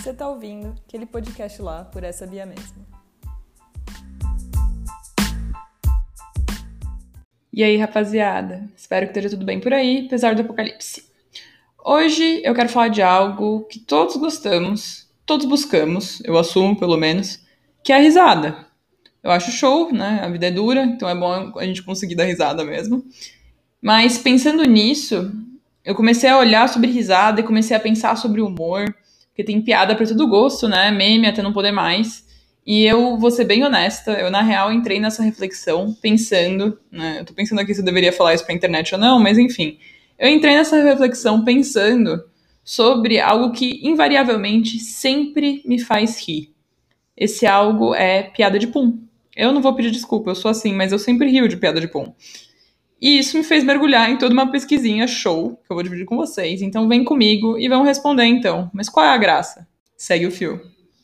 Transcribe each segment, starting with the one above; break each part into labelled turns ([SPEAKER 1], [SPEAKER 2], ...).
[SPEAKER 1] Você tá ouvindo aquele podcast lá por essa Bia mesmo.
[SPEAKER 2] E aí, rapaziada? Espero que esteja tudo bem por aí, apesar do apocalipse. Hoje eu quero falar de algo que todos gostamos, todos buscamos, eu assumo pelo menos, que é a risada. Eu acho show, né? A vida é dura, então é bom a gente conseguir dar risada mesmo. Mas pensando nisso, eu comecei a olhar sobre risada e comecei a pensar sobre humor, porque tem piada pra todo gosto, né? Meme até não poder mais. E eu vou ser bem honesta, eu na real entrei nessa reflexão pensando, né? Eu tô pensando aqui se eu deveria falar isso pra internet ou não, mas enfim. Eu entrei nessa reflexão pensando sobre algo que invariavelmente sempre me faz rir. Esse algo é piada de pum. Eu não vou pedir desculpa, eu sou assim, mas eu sempre rio de piada de pum. E isso me fez mergulhar em toda uma pesquisinha show que eu vou dividir com vocês. Então vem comigo e vamos responder então. Mas qual é a graça? Segue o fio.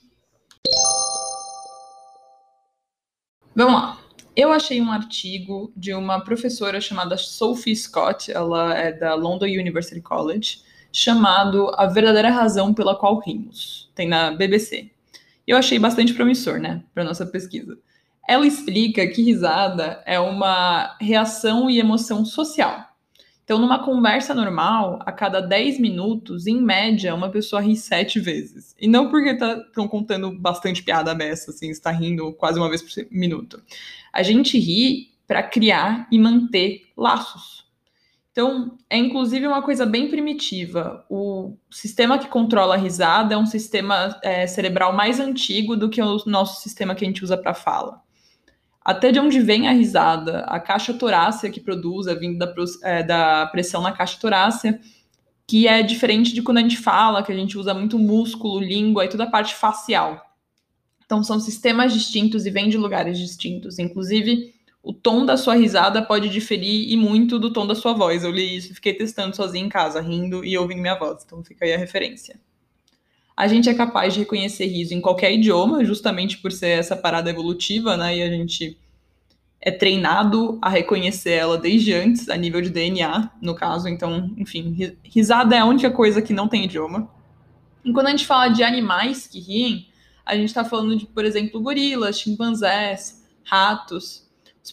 [SPEAKER 2] Vamos lá. Eu achei um artigo de uma professora chamada Sophie Scott, ela é da London University College, chamado A Verdadeira Razão pela Qual Rimos. Tem na BBC. E eu achei bastante promissor, né, para nossa pesquisa. Ela explica que risada é uma reação e emoção social. Então, numa conversa normal, a cada 10 minutos, em média, uma pessoa ri 7 vezes. E não porque estão contando bastante piada beça, assim, está rindo quase uma vez por minuto. A gente ri para criar e manter laços. Então, é inclusive uma coisa bem primitiva. O sistema que controla a risada é um sistema cerebral mais antigo do que o nosso sistema que a gente usa para fala. Até de onde vem a risada, a caixa torácica que produz, vindo da pressão na caixa torácica, que é diferente de quando a gente fala, que a gente usa muito músculo, língua e toda a parte facial. Então são sistemas distintos e vêm de lugares distintos. Inclusive, o tom da sua risada pode diferir e muito do tom da sua voz. Eu li isso e fiquei testando sozinha em casa, rindo e ouvindo minha voz. Então fica aí a referência. A gente é capaz de reconhecer riso em qualquer idioma, justamente por ser essa parada evolutiva, né? E a gente é treinado a reconhecer ela desde antes, a nível de DNA, no caso. Então, enfim, risada é a única coisa que não tem idioma. E quando a gente fala de animais que riem, a gente está falando de, por exemplo, gorilas, chimpanzés, ratos.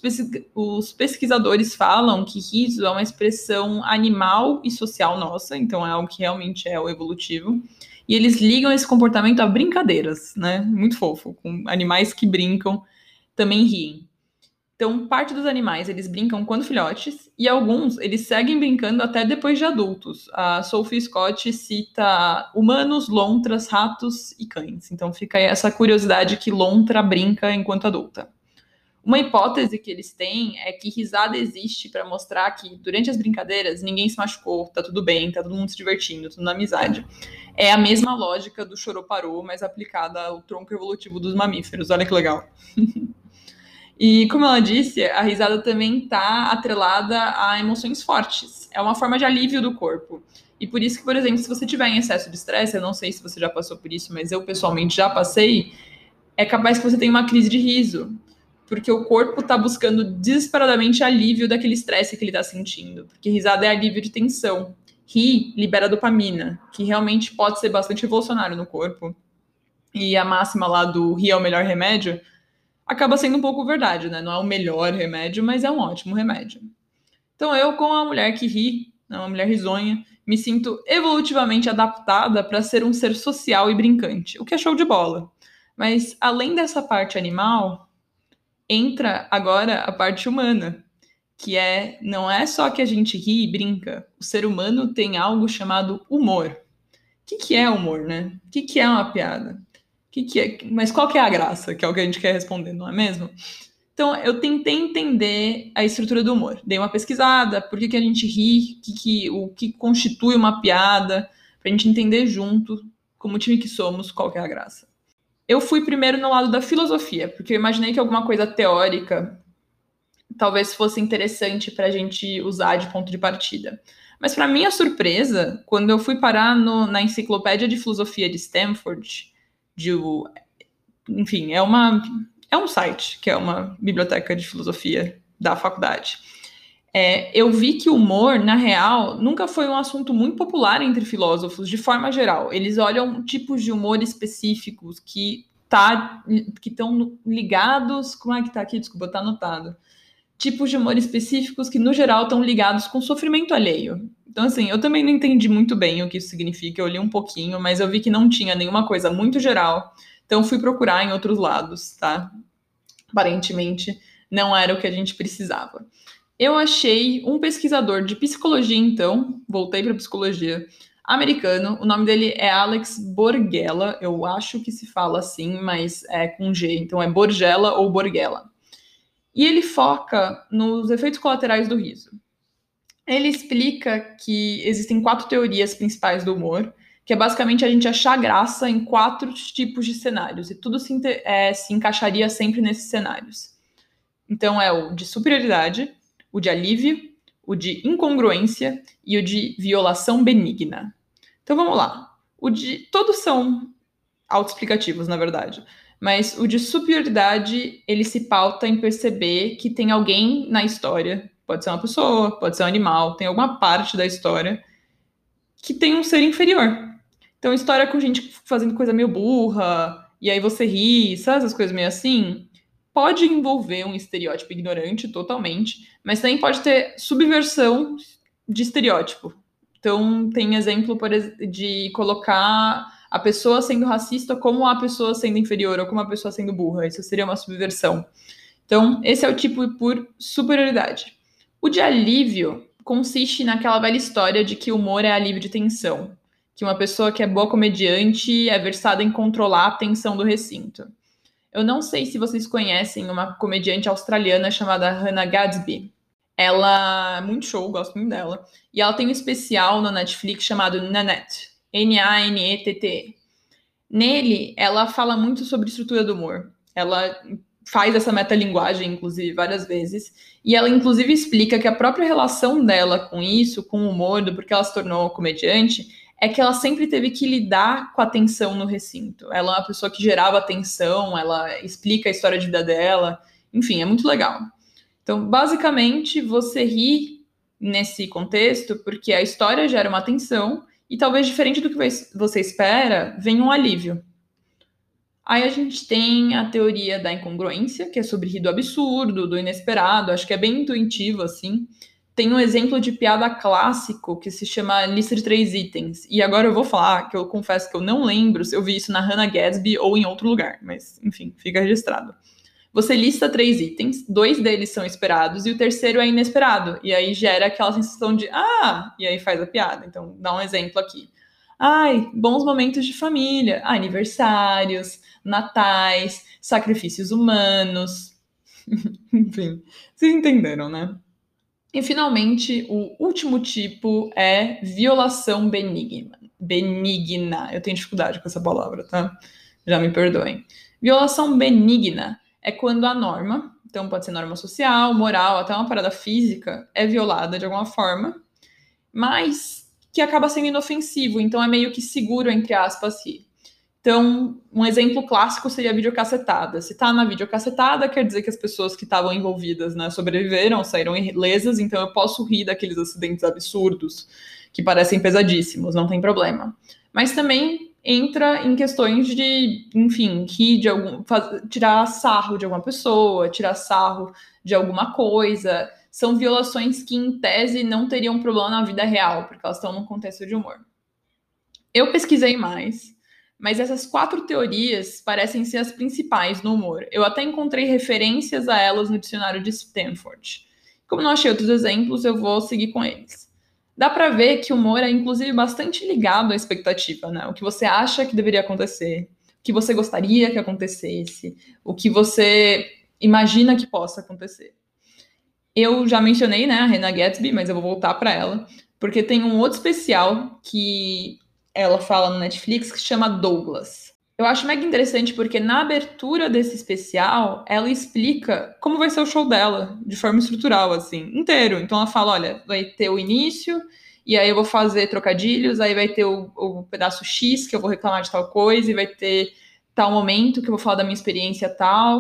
[SPEAKER 2] Os pesquisadores falam que riso é uma expressão animal e social nossa, então é algo que realmente é o evolutivo. E eles ligam esse comportamento a brincadeiras, né? Muito fofo, com animais que brincam também riem. Então, parte dos animais, eles brincam quando filhotes, e alguns, eles seguem brincando até depois de adultos. A Sophie Scott cita humanos, lontras, ratos e cães. Então, fica aí essa curiosidade que lontra brinca enquanto adulta. Uma hipótese que eles têm é que risada existe para mostrar que, durante as brincadeiras, ninguém se machucou, tá tudo bem, tá todo mundo se divertindo, tudo na amizade. É a mesma lógica do chorou-parou, mas aplicada ao tronco evolutivo dos mamíferos. Olha que legal. E, como ela disse, a risada também está atrelada a emoções fortes. É uma forma de alívio do corpo. E por isso que, por exemplo, se você tiver em excesso de estresse, eu não sei se você já passou por isso, mas eu pessoalmente já passei, é capaz que você tenha uma crise de riso. Porque o corpo está buscando desesperadamente alívio daquele estresse que ele está sentindo. Porque risada é alívio de tensão. Rir libera dopamina, que realmente pode ser bastante revolucionário no corpo. E a máxima lá do rir é o melhor remédio acaba sendo um pouco verdade, né? Não é o melhor remédio, mas é um ótimo remédio. Então eu, como uma mulher que ri, né, uma mulher risonha, me sinto evolutivamente adaptada para ser um ser social e brincante, o que é show de bola. Mas além dessa parte animal, entra agora a parte humana, que não é só que a gente ri e brinca. O ser humano tem algo chamado humor. O que é humor, né? O que é uma piada? Mas qual que é a graça? Que é o que a gente quer responder, não é mesmo? Então, eu tentei entender a estrutura do humor. Dei uma pesquisada, por que a gente ri, o que constitui uma piada, pra gente entender junto, como time que somos, qual que é a graça. Eu fui primeiro no lado da filosofia, porque eu imaginei que alguma coisa teórica talvez fosse interessante pra gente usar de ponto de partida. Mas, para minha surpresa, quando eu fui parar na Enciclopédia de Filosofia de Stanford, enfim, é um site que é uma biblioteca de filosofia da faculdade. Eu vi que o humor, na real, nunca foi um assunto muito popular entre filósofos, de forma geral. Eles olham tipos de humor específicos que estão ligados... Como é que tá aqui? Desculpa, tá anotado. Tipos de humor específicos que, no geral, estão ligados com sofrimento alheio. Então, assim, eu também não entendi muito bem o que isso significa. Eu li um pouquinho, mas eu vi que não tinha nenhuma coisa muito geral. Então, fui procurar em outros lados, tá? Aparentemente, não era o que a gente precisava. Eu achei um pesquisador de psicologia, então, voltei para psicologia, americano. O nome dele é Alex Borgella. Eu acho que se fala assim, mas é com G. Então, é Borgella ou Borgella. E ele foca nos efeitos colaterais do riso. Ele explica que existem 4 teorias principais do humor, que é basicamente a gente achar graça em 4 tipos de cenários, e tudo se encaixaria sempre nesses cenários. Então é o de superioridade, o de alívio, o de incongruência e o de violação benigna. Então vamos lá. Todos são autoexplicativos, na verdade. Mas o de superioridade, ele se pauta em perceber que tem alguém na história, pode ser uma pessoa, pode ser um animal, tem alguma parte da história que tem um ser inferior. Então, história com gente fazendo coisa meio burra, e aí você ri, sabe essas coisas meio assim? Pode envolver um estereótipo ignorante totalmente, mas também pode ter subversão de estereótipo. Então, tem exemplo de colocar a pessoa sendo racista como a pessoa sendo inferior ou como a pessoa sendo burra. Isso seria uma subversão. Então, esse é o tipo por superioridade. O de alívio consiste naquela velha história de que o humor é alívio de tensão. Que uma pessoa que é boa comediante é versada em controlar a tensão do recinto. Eu não sei se vocês conhecem uma comediante australiana chamada Hannah Gadsby. Ela é muito show, gosto muito dela. E ela tem um especial na Netflix chamado Nanette. N-A-N-E-T-T. Nele, ela fala muito sobre estrutura do humor. Ela faz essa metalinguagem, inclusive, várias vezes. E ela, inclusive, explica que a própria relação dela com isso, com o humor, do porquê ela se tornou comediante, é que ela sempre teve que lidar com a tensão no recinto. Ela é uma pessoa que gerava tensão, ela explica a história de vida dela. Enfim, é muito legal. Então, basicamente, você ri nesse contexto porque a história gera uma tensão e talvez diferente do que você espera, venha um alívio. Aí a gente tem a teoria da incongruência, que é sobre rir do absurdo, do inesperado, acho que é bem intuitivo, assim. Tem um exemplo de piada clássico que se chama Lista de 3 itens. E agora eu vou falar, que eu confesso que eu não lembro se eu vi isso na Hannah Gadsby ou em outro lugar, mas enfim, fica registrado. Você lista 3 itens, 2 deles são esperados e o terceiro é inesperado. E aí gera aquela sensação de, e aí faz a piada. Então, dá um exemplo aqui. Bons momentos de família, aniversários, natais, sacrifícios humanos. Enfim, vocês entenderam, né? E, finalmente, o último tipo é violação benigna. Benigna. Eu tenho dificuldade com essa palavra, tá? Já me perdoem. Violação benigna é quando a norma, então pode ser norma social, moral, até uma parada física, é violada de alguma forma, mas que acaba sendo inofensivo, então é meio que seguro, entre aspas, rir. Então, um exemplo clássico seria a videocassetada. Se tá na videocassetada, quer dizer que as pessoas que estavam envolvidas, né, sobreviveram, saíram ilesas, então eu posso rir daqueles acidentes absurdos que parecem pesadíssimos, não tem problema. Mas também entra em questões de, enfim, rir de tirar sarro de alguma pessoa, tirar sarro de alguma coisa. São violações que, em tese, não teriam problema na vida real, porque elas estão num contexto de humor. Eu pesquisei mais, mas essas 4 teorias parecem ser as principais no humor. Eu até encontrei referências a elas no dicionário de Stanford. Como não achei outros exemplos, eu vou seguir com eles. Dá pra ver que o humor é, inclusive, bastante ligado à expectativa, né? O que você acha que deveria acontecer, o que você gostaria que acontecesse, o que você imagina que possa acontecer. Eu já mencionei, né, a Hannah Gadsby, mas eu vou voltar para ela, porque tem um outro especial que ela fala no Netflix que se chama Douglas. Eu acho mega interessante porque na abertura desse especial, ela explica como vai ser o show dela, de forma estrutural, assim, inteiro. Então ela fala, olha, vai ter o início, e aí eu vou fazer trocadilhos, aí vai ter o pedaço X, que eu vou reclamar de tal coisa, e vai ter tal momento que eu vou falar da minha experiência tal.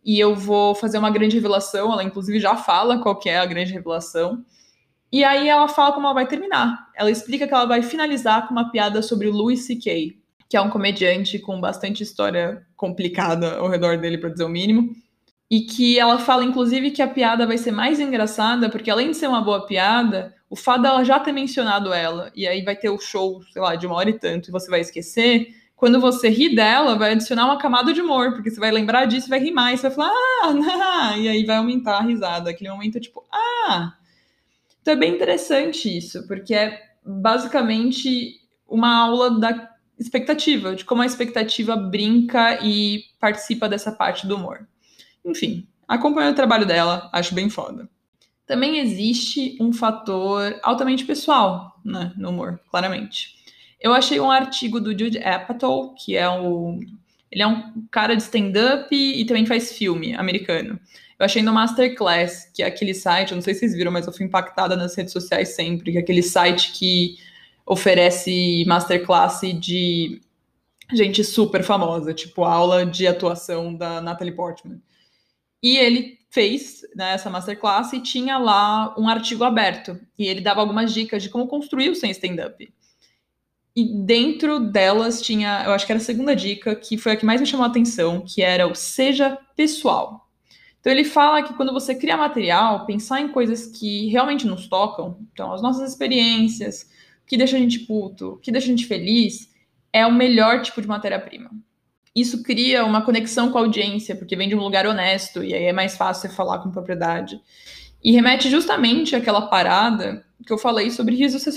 [SPEAKER 2] E eu vou fazer uma grande revelação. Ela, inclusive, já fala qual que é a grande revelação. E aí ela fala como ela vai terminar. Ela explica que ela vai finalizar com uma piada sobre o Louis C.K., que é um comediante com bastante história complicada ao redor dele, para dizer o mínimo. E que ela fala, inclusive, que a piada vai ser mais engraçada, porque além de ser uma boa piada, o fato dela já ter mencionado ela, e aí vai ter o show, sei lá, de 1 hora e tanto, e você vai esquecer, quando você ri dela, vai adicionar uma camada de humor, porque você vai lembrar disso e vai rir mais, você vai falar, não, e aí vai aumentar a risada, aquele momento tipo, Então é bem interessante isso, porque é basicamente uma aula da expectativa, de como a expectativa brinca e participa dessa parte do humor. Enfim, acompanho o trabalho dela, acho bem foda. Também existe um fator altamente pessoal, né, no humor, claramente. Eu achei um artigo do Judd Apatow, que é ele é um cara de stand-up e também faz filme americano. Eu achei no Masterclass, que é aquele site, eu não sei se vocês viram, mas eu fui impactada nas redes sociais sempre, que é aquele site que oferece masterclass de gente super famosa, tipo aula de atuação da Natalie Portman. E ele fez, né, essa masterclass e tinha lá um artigo aberto. E ele dava algumas dicas de como construir o seu stand-up. E dentro delas tinha, eu acho que era a segunda dica, que foi a que mais me chamou a atenção, que era o seja pessoal. Então ele fala que quando você cria material, pensar em coisas que realmente nos tocam, então as nossas experiências, o que deixa a gente puto, o que deixa a gente feliz, é o melhor tipo de matéria-prima. Isso cria uma conexão com a audiência, porque vem de um lugar honesto, e aí é mais fácil você falar com propriedade. E remete justamente àquela parada que eu falei sobre riso ser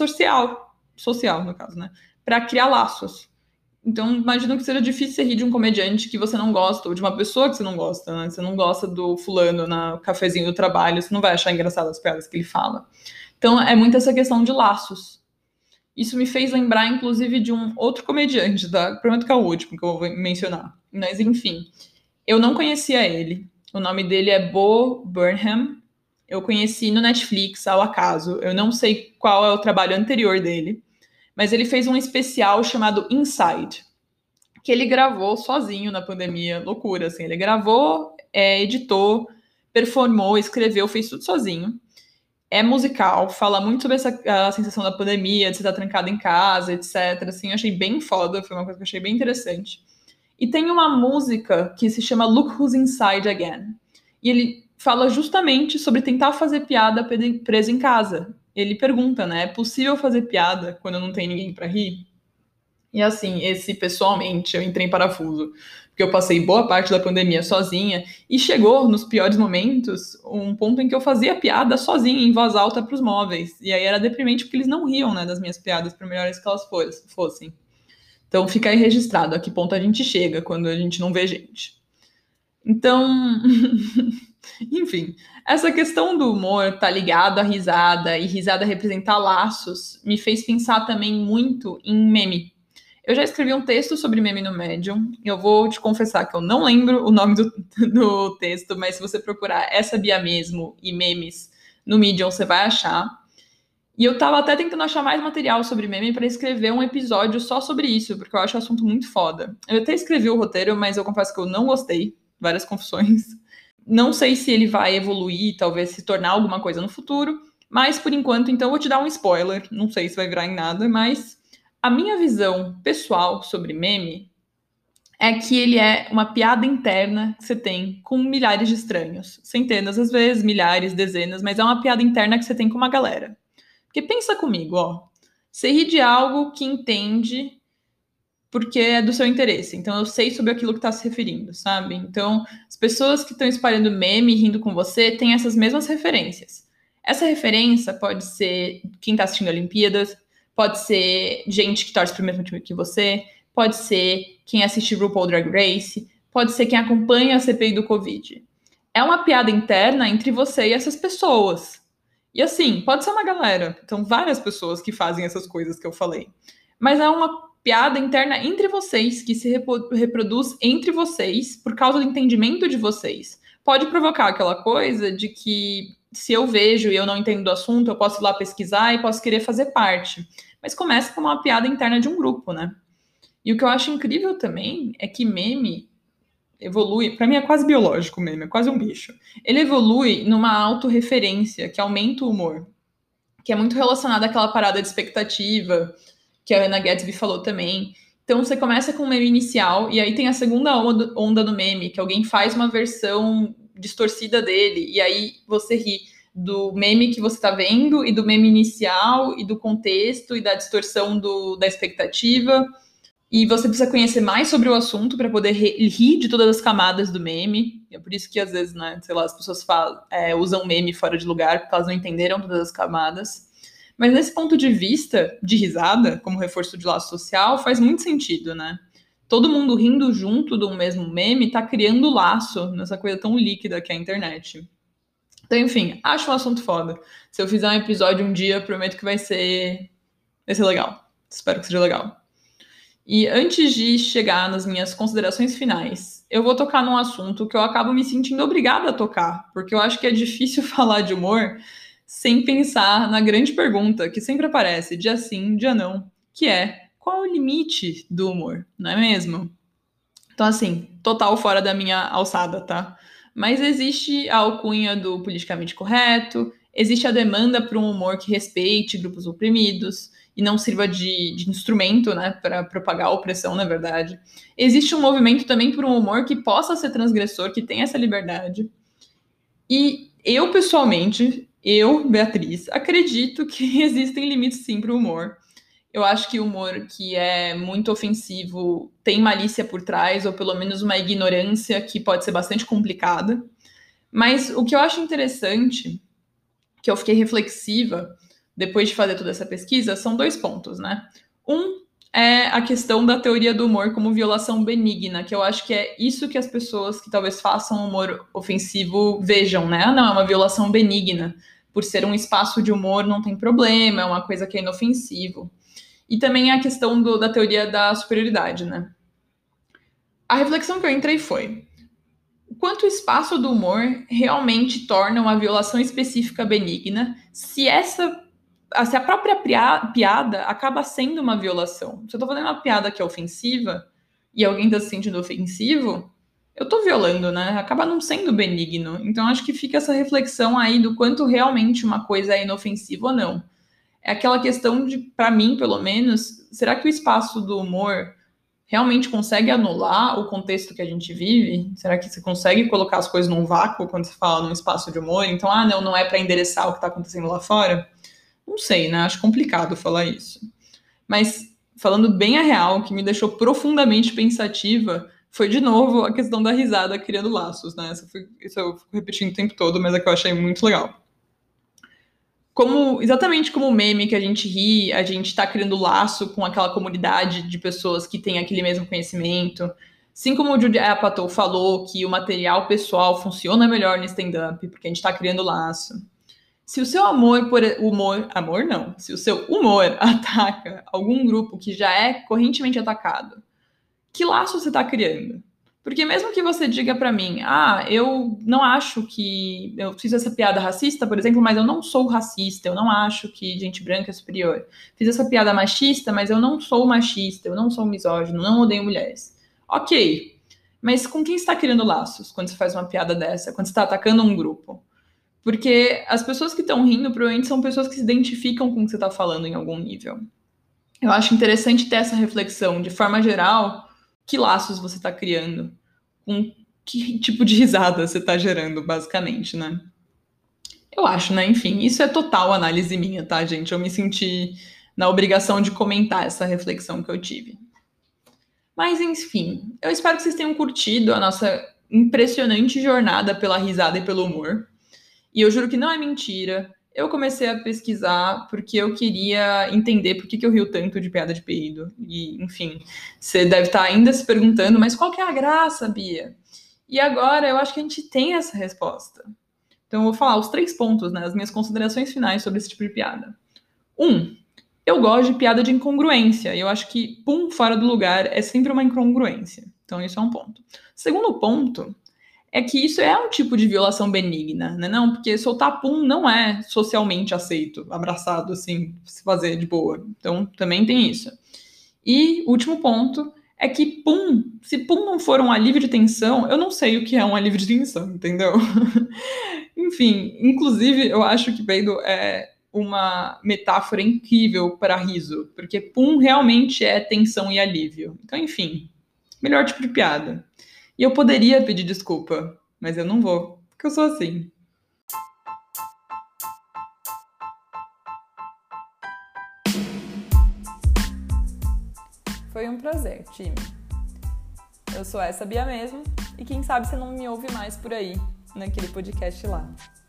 [SPEAKER 2] social no caso, né? Para criar laços. Então, imagino que seja difícil você rir de um comediante que você não gosta, ou de uma pessoa que você não gosta, né? Você não gosta do fulano no cafezinho do trabalho, você não vai achar engraçado as piadas que ele fala. Então, é muito essa questão de laços. Isso me fez lembrar, inclusive, de um outro comediante, tá? Prometo que é o último que eu vou mencionar. Mas, enfim, eu não conhecia ele. O nome dele é Bo Burnham. Eu conheci no Netflix, ao acaso. Eu não sei qual é o trabalho anterior dele. Mas ele fez um especial chamado Inside, que ele gravou sozinho na pandemia. Loucura, assim. Ele gravou, editou, performou, escreveu, fez tudo sozinho. É musical, fala muito sobre a sensação da pandemia, de você estar trancado em casa, etc. Assim, eu achei bem foda, foi uma coisa que eu achei bem interessante. E tem uma música que se chama Look Who's Inside Again. E ele fala justamente sobre tentar fazer piada preso em casa. Ele pergunta, né? É possível fazer piada quando não tem ninguém pra rir? E assim, pessoalmente, eu entrei em parafuso. Porque eu passei boa parte da pandemia sozinha e chegou, nos piores momentos, um ponto em que eu fazia piada sozinha, em voz alta para os móveis. E aí era deprimente porque eles não riam, né, das minhas piadas, por melhores que elas fossem. Então fica aí registrado a que ponto a gente chega quando a gente não vê gente. Então, enfim, essa questão do humor tá ligado à risada e risada representar laços me fez pensar também muito em meme. Eu já escrevi um texto sobre meme no Medium. Eu vou te confessar que eu não lembro o nome do texto, mas se você procurar essa Bia mesmo e memes no Medium, você vai achar. E eu tava até tentando achar mais material sobre meme para escrever um episódio só sobre isso, porque eu acho o assunto muito foda. Eu até escrevi o roteiro, mas eu confesso que eu não gostei. Várias confusões. Não sei se ele vai evoluir, talvez se tornar alguma coisa no futuro, mas por enquanto, então, eu vou te dar um spoiler. Não sei se vai virar em nada, mas a minha visão pessoal sobre meme é que ele é uma piada interna que você tem com milhares de estranhos. Centenas, às vezes, milhares, dezenas, mas é uma piada interna que você tem com uma galera. Porque pensa comigo, ó. Você ri de algo que entende porque é do seu interesse. Então eu sei sobre aquilo que está se referindo, sabe? Então as pessoas que estão espalhando meme e rindo com você têm essas mesmas referências. Essa referência pode ser quem está assistindo a Olimpíadas, pode ser gente que torce para o mesmo time que você, pode ser quem assiste RuPaul Drag Race, pode ser quem acompanha a CPI do Covid. É uma piada interna entre você e essas pessoas. E assim, pode ser uma galera. Então, várias pessoas que fazem essas coisas que eu falei. Mas é uma piada interna entre vocês, que se reproduz entre vocês por causa do entendimento de vocês. Pode provocar aquela coisa de que se eu vejo e eu não entendo do assunto, eu posso ir lá pesquisar e posso querer fazer parte. Mas começa como uma piada interna de um grupo, né? E o que eu acho incrível também é que meme evolui, pra mim é quase biológico mesmo, é quase um bicho. Ele evolui numa autorreferência que aumenta o humor, que é muito relacionada àquela parada de expectativa, que a Hannah Gadsby falou também. Então você começa com um meme inicial, e aí tem a segunda onda do meme, que alguém faz uma versão distorcida dele, e aí você ri do meme que você tá vendo, e do meme inicial, e do contexto, e da distorção da expectativa. E você precisa conhecer mais sobre o assunto para poder rir de todas as camadas do meme. É por isso que às vezes, né, sei lá, as pessoas usam meme fora de lugar, porque elas não entenderam todas as camadas. Mas nesse ponto de vista, de risada, como reforço de laço social, faz muito sentido, né? Todo mundo rindo junto do mesmo meme tá criando laço nessa coisa tão líquida que é a internet. Então, enfim, acho um assunto foda. Se eu fizer um episódio um dia, prometo que vai ser legal. Espero que seja legal. E antes de chegar nas minhas considerações finais, eu vou tocar num assunto que eu acabo me sentindo obrigada a tocar, porque eu acho que é difícil falar de humor sem pensar na grande pergunta que sempre aparece, dia sim, dia não, que é: qual é o limite do humor, não é mesmo? Então, assim, total fora da minha alçada, tá? Mas existe a alcunha do politicamente correto, existe a demanda por um humor que respeite grupos oprimidos e não sirva de instrumento, né, para propagar a opressão, na verdade. Existe um movimento também por um humor que possa ser transgressor, que tenha essa liberdade. E eu, pessoalmente, Beatriz, acredito que existem limites sim para o humor. Eu acho que o humor que é muito ofensivo tem malícia por trás, ou pelo menos uma ignorância que pode ser bastante complicada. Mas o que eu acho interessante, que eu fiquei reflexiva depois de fazer toda essa pesquisa, são dois pontos, né? Um é a questão da teoria do humor como violação benigna, que eu acho que é isso que as pessoas que talvez façam humor ofensivo vejam, né? Ah, não, é uma violação benigna. Por ser um espaço de humor, não tem problema, é uma coisa que é inofensivo. E também a questão da teoria da superioridade, né? A reflexão que eu entrei foi: o quanto o espaço do humor realmente torna uma violação específica benigna se a própria piada acaba sendo uma violação. Se eu tô fazendo uma piada que é ofensiva e alguém tá se sentindo ofensivo, eu tô violando, né? Acaba não sendo benigno. Então acho que fica essa reflexão aí do quanto realmente uma coisa é inofensiva ou não. É aquela questão de, para mim, pelo menos, será que o espaço do humor realmente consegue anular o contexto que a gente vive? Será que você consegue colocar as coisas num vácuo quando você fala num espaço de humor? Então, não é para endereçar o que está acontecendo lá fora? Não sei, né? Acho complicado falar isso. Mas, falando bem a real, o que me deixou profundamente pensativa foi, de novo, a questão da risada criando laços, né? Isso eu fico repetindo o tempo todo, mas é que eu achei muito legal. Exatamente como o meme que a gente ri, a gente está criando laço com aquela comunidade de pessoas que têm aquele mesmo conhecimento. Assim como o Judd Apatow falou que o material pessoal funciona melhor no stand-up, porque a gente está criando laço. Se o seu se o seu humor ataca algum grupo que já é correntemente atacado, que laço você está criando? Porque mesmo que você diga pra mim, eu não acho que eu fiz essa piada racista, por exemplo, mas eu não sou racista, eu não acho que gente branca é superior. Fiz essa piada machista, mas eu não sou machista, eu não sou misógino, não odeio mulheres. Ok, mas com quem está criando laços quando você faz uma piada dessa, quando você está atacando um grupo? Porque as pessoas que estão rindo provavelmente são pessoas que se identificam com o que você está falando em algum nível. Eu acho interessante ter essa reflexão, de forma geral, que laços você está criando, com que tipo de risada você está gerando, basicamente, né? Eu acho, né? Enfim, isso é total análise minha, tá, gente? Eu me senti na obrigação de comentar essa reflexão que eu tive. Mas, enfim, eu espero que vocês tenham curtido a nossa impressionante jornada pela risada e pelo humor. E eu juro que não é mentira. Eu comecei a pesquisar porque eu queria entender por que eu rio tanto de piada de peido. E, enfim, você deve estar ainda se perguntando, mas qual que é a graça, Bia? E agora eu acho que a gente tem essa resposta. Então eu vou falar os 3 pontos, né? As minhas considerações finais sobre esse tipo de piada. 1. Eu gosto de piada de incongruência. E eu acho que pum fora do lugar é sempre uma incongruência. Então isso é um ponto. Segundo ponto é que isso é um tipo de violação benigna, né? Não, porque soltar pum não é socialmente aceito, abraçado, assim, se fazer de boa. Então, também tem isso. E, último ponto, É que pum, se pum não for um alívio de tensão, eu não sei o que é um alívio de tensão, entendeu? Enfim, inclusive eu acho que peido é uma metáfora incrível para riso, porque pum realmente é tensão e alívio. Então, enfim, melhor tipo de piada. E eu poderia pedir desculpa, mas eu não vou, porque eu sou assim.
[SPEAKER 1] Foi um prazer, time. Eu sou essa Bia mesmo, e quem sabe você não me ouve mais por aí, naquele podcast lá.